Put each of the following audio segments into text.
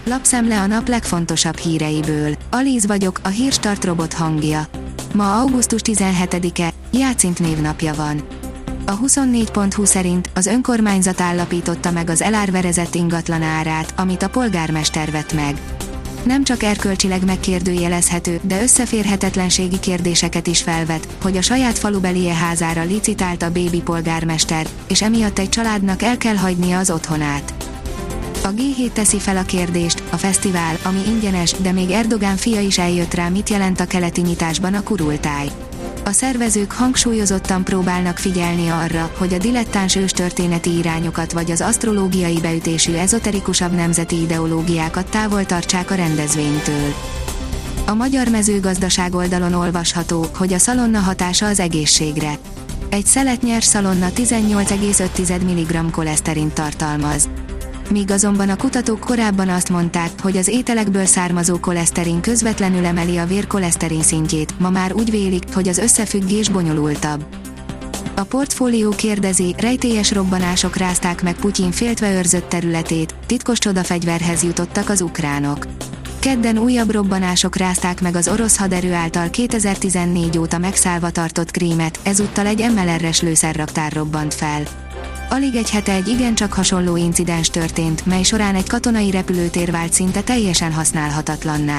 Lapszemle a nap legfontosabb híreiből. Alíz vagyok, a Hírstart robot hangja. Ma augusztus 17-e, Jácint névnapja van. A 24.20 szerint az önkormányzat állapította meg az elárverezett ingatlan árát, amit a polgármester vett meg. Nem csak erkölcsileg megkérdőjelezhető, de összeférhetetlenségi kérdéseket is felvet, hogy a saját falubeli házára licitált a bébi polgármester, és emiatt egy családnak el kell hagynia az otthonát. A G7 teszi fel a kérdést, a fesztivál, ami ingyenes, de még Erdogán fia is eljött rá, mit jelent a keleti nyitásban a kurultáj. A szervezők hangsúlyozottan próbálnak figyelni arra, hogy a dilettáns őstörténeti irányokat vagy az asztrológiai beütésű ezoterikusabb nemzeti ideológiákat távol tartsák a rendezvénytől. A Magyar Mezőgazdaság oldalon olvasható, hogy a szalonna hatása az egészségre. Egy szelet nyers szalonna 18,5 mg koleszterint tartalmaz. Míg azonban a kutatók korábban azt mondták, hogy az ételekből származó koleszterin közvetlenül emeli a vér koleszterin szintjét, ma már úgy vélik, hogy az összefüggés bonyolultabb. A Portfólió kérdezi, rejtélyes robbanások rázták meg Putyin féltve őrzött területét, titkos csodafegyverhez jutottak az ukránok. Kedden újabb robbanások rázták meg az orosz haderő által 2014 óta megszállva tartott Krímet, ezúttal egy MLR-es lőszerraktár robbant fel. Alig egy hete egy igencsak hasonló incidens történt, mely során egy katonai repülőtér vált szinte teljesen használhatatlanná.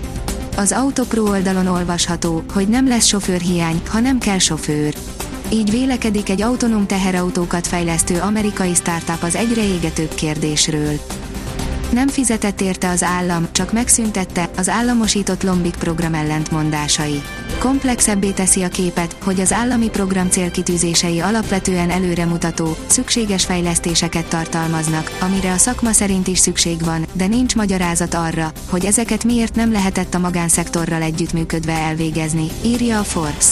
Az Autopro oldalon olvasható, hogy nem lesz sofőrhiány, ha nem kell sofőr. Így vélekedik egy autonóm teherautókat fejlesztő amerikai startup az egyre égetőbb kérdésről. Nem fizetett érte az állam, csak megszüntette, az államosított Lombik program ellentmondásai. Komplexebbé teszi a képet, hogy az állami program célkitűzései alapvetően előremutató, szükséges fejlesztéseket tartalmaznak, amire a szakma szerint is szükség van, de nincs magyarázat arra, hogy ezeket miért nem lehetett a magánszektorral együttműködve elvégezni, írja a Forbes.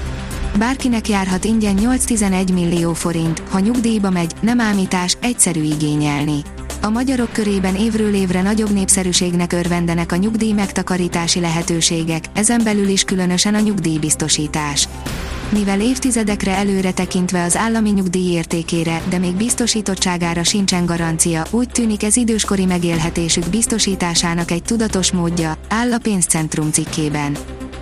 Bárkinek járhat ingyen 8-11 millió forint, ha nyugdíjba megy, nem ámítás, egyszerű igényelni. A magyarok körében évről évre nagyobb népszerűségnek örvendenek a nyugdíj megtakarítási lehetőségek, ezen belül is különösen a nyugdíjbiztosítás. Mivel évtizedekre előre tekintve az állami nyugdíj értékére, de még biztosítottságára sincsen garancia, úgy tűnik ez időskori megélhetésük biztosításának egy tudatos módja, áll a Pénzcentrum cikkében.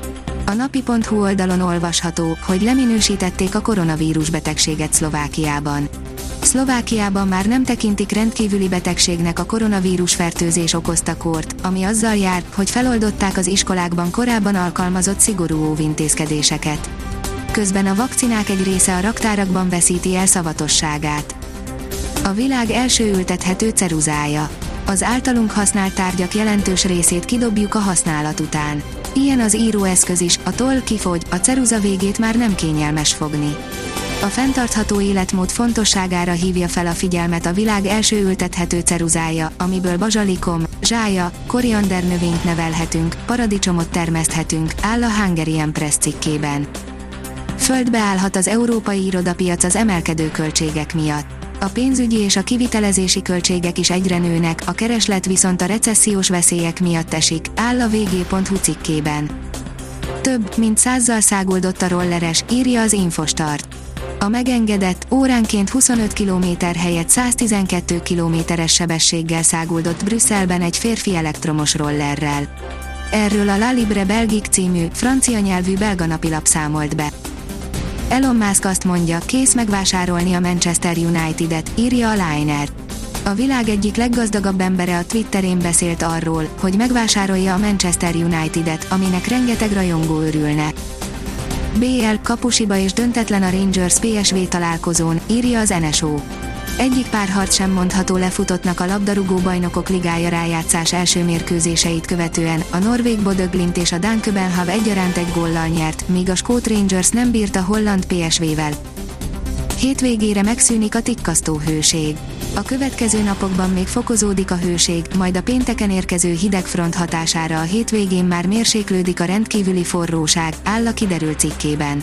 A napi.hu oldalon olvasható, hogy leminősítették a koronavírus betegséget Szlovákiában. Szlovákiában már nem tekintik rendkívüli betegségnek a koronavírus fertőzés okozta kórt, ami azzal jár, hogy feloldották az iskolákban korábban alkalmazott szigorú óvintézkedéseket. Közben a vakcinák egy része a raktárakban veszíti el szavatosságát. A világ első ültethető ceruzája. Az általunk használt tárgyak jelentős részét kidobjuk a használat után. Ilyen az íróeszköz is, a toll kifogy, a ceruza végét már nem kényelmes fogni. A fenntartható életmód fontosságára hívja fel a figyelmet a világ első ültethető ceruzája, amiből bazsalikom, zsája, koriander növényt nevelhetünk, paradicsomot termeszthetünk, áll a Hungarian Press cikkében. Földbe állhat az európai irodapiac az emelkedő költségek miatt. A pénzügyi és a kivitelezési költségek is egyre nőnek, a kereslet viszont a recessziós veszélyek miatt esik, áll a vg.hu cikkében. Több, mint 100-zal száguldott a rolleres, írja az Infostart. A megengedett, óránként 25 km helyett 112 km/s sebességgel száguldott Brüsszelben egy férfi elektromos rollerrel. Erről a La Libre Belgique című, francia nyelvű belga napilap számolt be. Elon Musk azt mondja, kész megvásárolni a Manchester United-et, írja a Liner. A világ egyik leggazdagabb embere a Twitterén beszélt arról, hogy megvásárolja a Manchester United-et, aminek rengeteg rajongó örülne. BL, kapusiba és döntetlen a Rangers PSV találkozón, írja az NSO. Egyik párharc sem mondható lefutottnak a labdarúgó bajnokok ligája rájátszás első mérkőzéseit követően, a norvég Bodø Glimt és a dán København egyaránt egy góllal nyert, míg a skót Rangers nem bírt a holland PSV-vel. Hétvégére megszűnik a tikkasztó hőség. A következő napokban még fokozódik a hőség, majd a pénteken érkező hidegfront hatására a hétvégén már mérséklődik a rendkívüli forróság, áll a kiderült cikkében.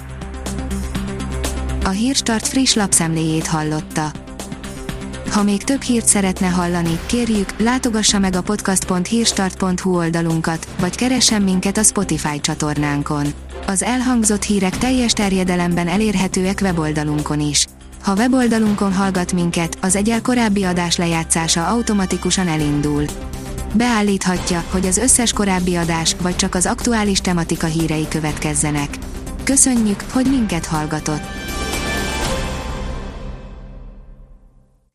A Hírstart friss lapszemléjét hallotta. Ha még több hírt szeretne hallani, kérjük, látogassa meg a podcast.hírstart.hu oldalunkat, vagy keressen minket a Spotify csatornánkon. Az elhangzott hírek teljes terjedelemben elérhetőek weboldalunkon is. Ha weboldalunkon hallgat minket, az egyel korábbi adás lejátszása automatikusan elindul. Beállíthatja, hogy az összes korábbi adás, vagy csak az aktuális tematika hírei következzenek. Köszönjük, hogy minket hallgatott!